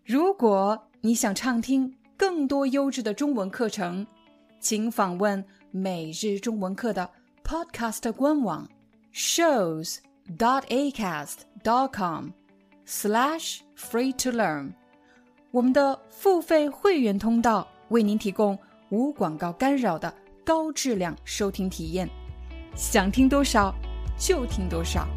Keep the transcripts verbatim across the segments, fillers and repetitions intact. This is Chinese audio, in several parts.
如果你想畅听更多优质的中文课程，请访问每日中文课的 Podcast 官网 shows dot acast dot com slash free to learn。 我们的付费会员通道为您提供无广告干扰的高质量收听体验，想听多少就听多少。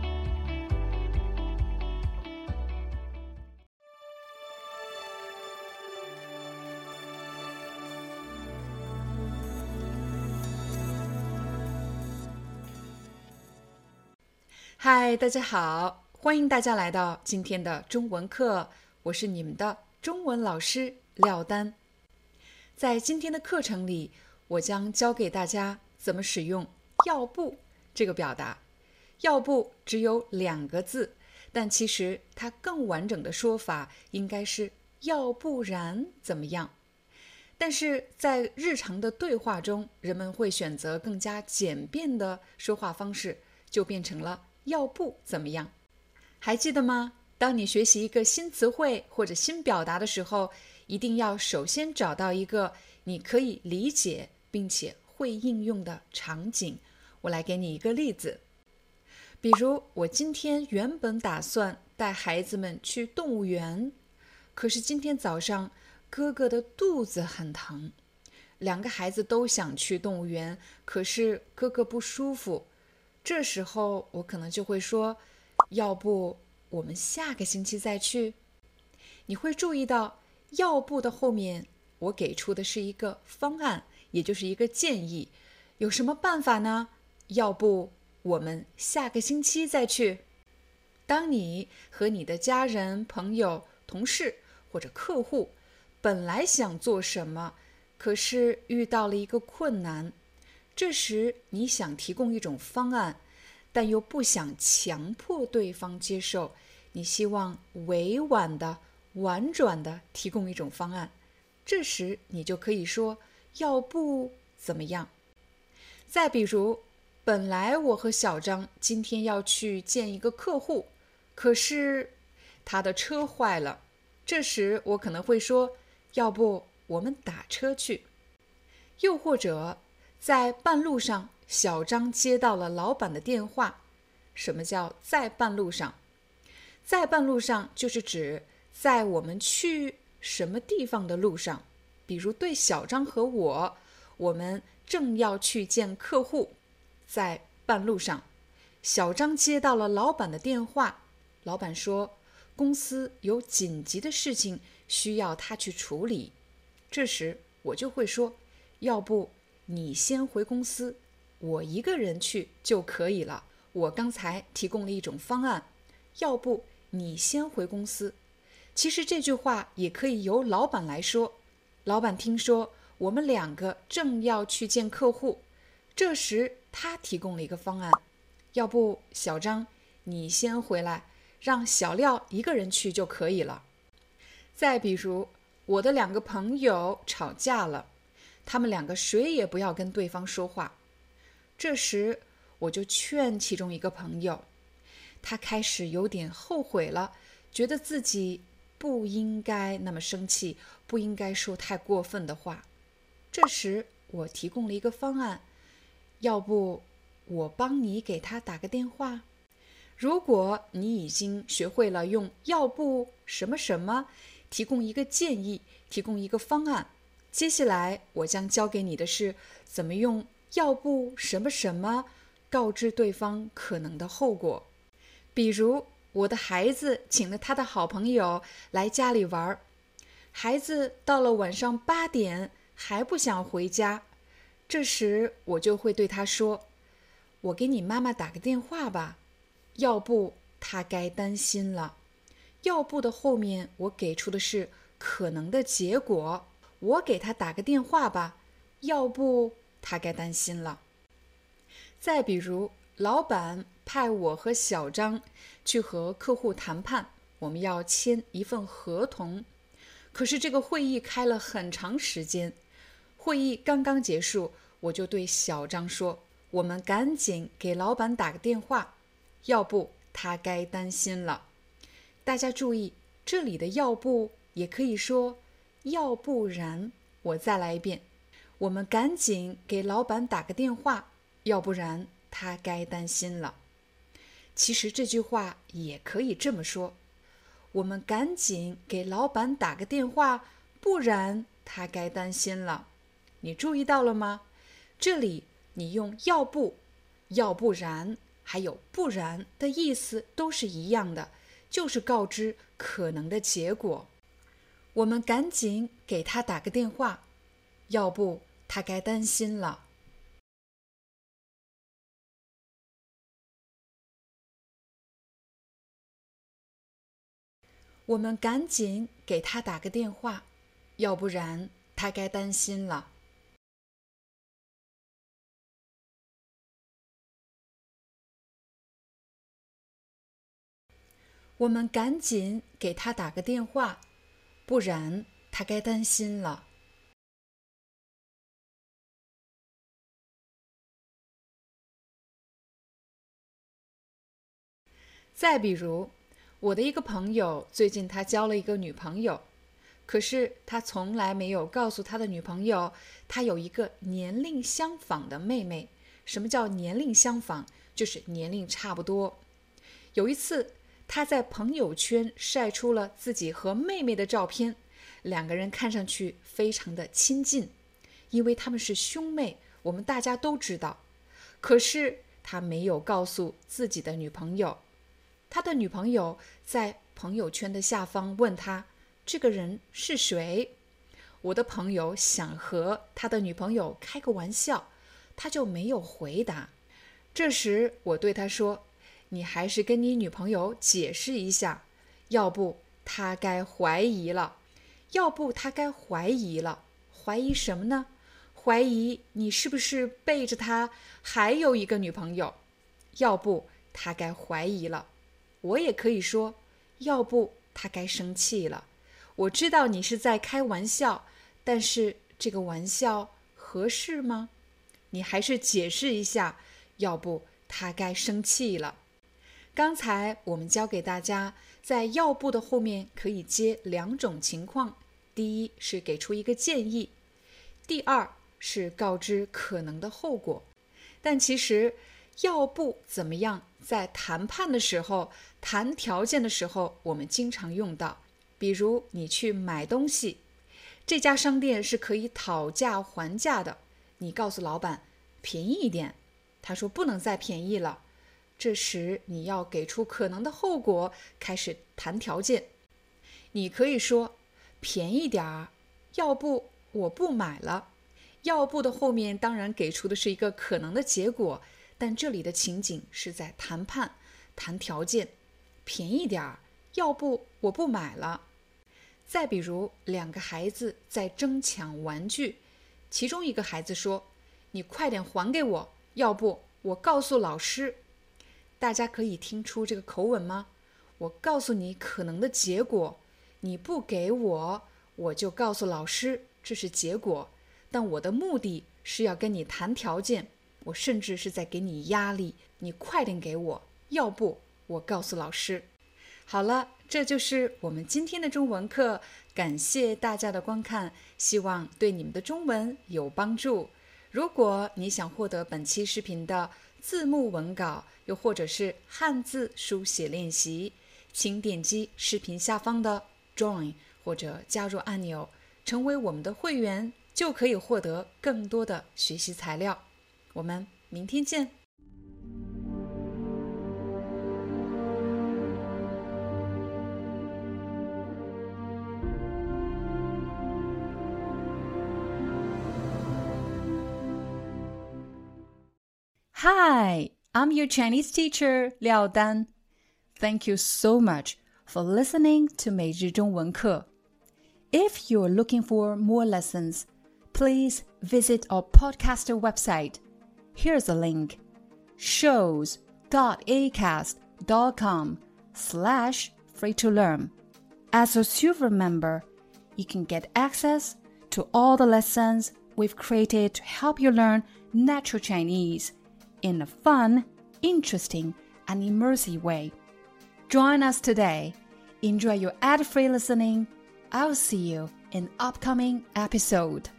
嗨，大家好，欢迎大家来到今天的中文课，我是你们的中文老师廖丹。在今天的课程里，我将教给大家怎么使用要不这个表达。要不只有两个字，但其实它更完整的说法应该是要不然怎么样。但是在日常的对话中，人们会选择更加简便的说话方式，就变成了要不怎么样。还记得吗？当你学习一个新词汇或者新表达的时候，一定要首先找到一个你可以理解并且会应用的场景。我来给你一个例子，比如我今天原本打算带孩子们去动物园，可是今天早上哥哥的肚子很疼。两个孩子都想去动物园，可是哥哥不舒服。这时候我可能就会说，要不我们下个星期再去。你会注意到要不的后面我给出的是一个方案，也就是一个建议。有什么办法呢？要不我们下个星期再去。当你和你的家人、朋友、同事或者客户本来想做什么，可是遇到了一个困难，这时你想提供一种方案，但又不想强迫对方接受，你希望委婉的、婉转的提供一种方案。这时你就可以说，要不怎么样？再比如，本来我和小张今天要去见一个客户，可是他的车坏了。这时我可能会说，要不我们打车去。又或者在半路上，小张接到了老板的电话。什么叫在半路上？在半路上就是指在我们去什么地方的路上。比如对小张和我，我们正要去见客户，在半路上。小张接到了老板的电话，老板说公司有紧急的事情需要他去处理。这时我就会说，要不你先回公司，我一个人去就可以了。我刚才提供了一种方案，要不你先回公司。其实这句话也可以由老板来说。老板听说我们两个正要去见客户，这时他提供了一个方案，要不小张你先回来，让小廖一个人去就可以了。再比如，我的两个朋友吵架了，他们两个谁也不要跟对方说话。这时我就劝其中一个朋友，他开始有点后悔了，觉得自己不应该那么生气，不应该说太过分的话。这时我提供了一个方案，要不我帮你给他打个电话。如果你已经学会了用要不什么什么提供一个建议，提供一个方案，接下来我将教给你的是怎么用要不什么什么告知对方可能的后果。比如我的孩子请了他的好朋友来家里玩，孩子到了晚上八点还不想回家。这时我就会对他说，我给你妈妈打个电话吧，要不她该担心了。要不的后面我给出的是可能的结果，我给她打个电话吧，要不她该担心了。再比如，老板派我和小张去和客户谈判，我们要签一份合同。可是这个会议开了很长时间，会议刚刚结束，我就对小张说，我们赶紧给老板打个电话，要不他该担心了。大家注意， 这里的要不也可以说要不然。我再来一遍，我们赶紧给老板打个电话，要不然他该担心了。其实这句话也可以这么说，我们赶紧给老板打个电话，不然他该担心了。你注意到了吗？这里你用要不、要不然还有不然的意思都是一样的，就是告知可能的结果。我们赶紧给他打个电话，要不他该担心了。我们赶紧给他打个电话，要不然他该担心了。我们赶紧给他打个电话，不然他该担心了。再比如，我的一个朋友最近他交了一个女朋友，可是他从来没有告诉他的女朋友，他有一个年龄相仿的妹妹。什么叫年龄相仿？就是年龄差不多。有一次，他在朋友圈晒出了自己和妹妹的照片，两个人看上去非常的亲近，因为他们是兄妹，我们大家都知道。可是他没有告诉自己的女朋友。他的女朋友在朋友圈的下方问他，这个人是谁？我的朋友想和他的女朋友开个玩笑，他就没有回答。这时我对他说，你还是跟你女朋友解释一下，要不她该怀疑了。要不她该怀疑了。怀疑什么呢？怀疑你是不是背着她还有一个女朋友。要不她该怀疑了。我也可以说，要不他该生气了。我知道你是在开玩笑，但是这个玩笑合适吗？你还是解释一下，要不他该生气了。刚才我们教给大家，在要不的后面可以接两种情况，第一是给出一个建议，第二是告知可能的后果。但其实要不怎么样，在谈判的时候，谈条件的时候，我们经常用到。比如你去买东西，这家商店是可以讨价还价的，你告诉老板便宜一点，他说不能再便宜了。这时你要给出可能的后果，开始谈条件。你可以说便宜点儿，要不我不买了。要不的后面当然给出的是一个可能的结果，但这里的情景是在谈判，谈条件，便宜点儿，要不我不买了。再比如，两个孩子在争抢玩具，其中一个孩子说，你快点还给我，要不我告诉老师。大家可以听出这个口吻吗？我告诉你可能的结果，你不给我，我就告诉老师，这是结果。但我的目的是要跟你谈条件，我甚至是在给你压力，你快点给我，要不我告诉老师。好了，这就是我们今天的中文课，感谢大家的观看，希望对你们的中文有帮助。如果你想获得本期视频的字幕文稿，又或者是汉字书写练习，请点击视频下方的 Join 或者加入按钮，成为我们的会员，就可以获得更多的学习材料。我们明天见。Hi, I'm your Chinese teacher, Liao Dan. Thank you so much for listening to 每日中文课。If you're looking for more lessons, please visit our podcaster website. Here's a link, shows.acast.com slash free to learn. As a silver member, you can get access to all the lessons we've created to help you learn natural Chinese in a fun, interesting, and immersive way. Join us today Enjoy your ad-free listening. I'll see you in upcoming episode.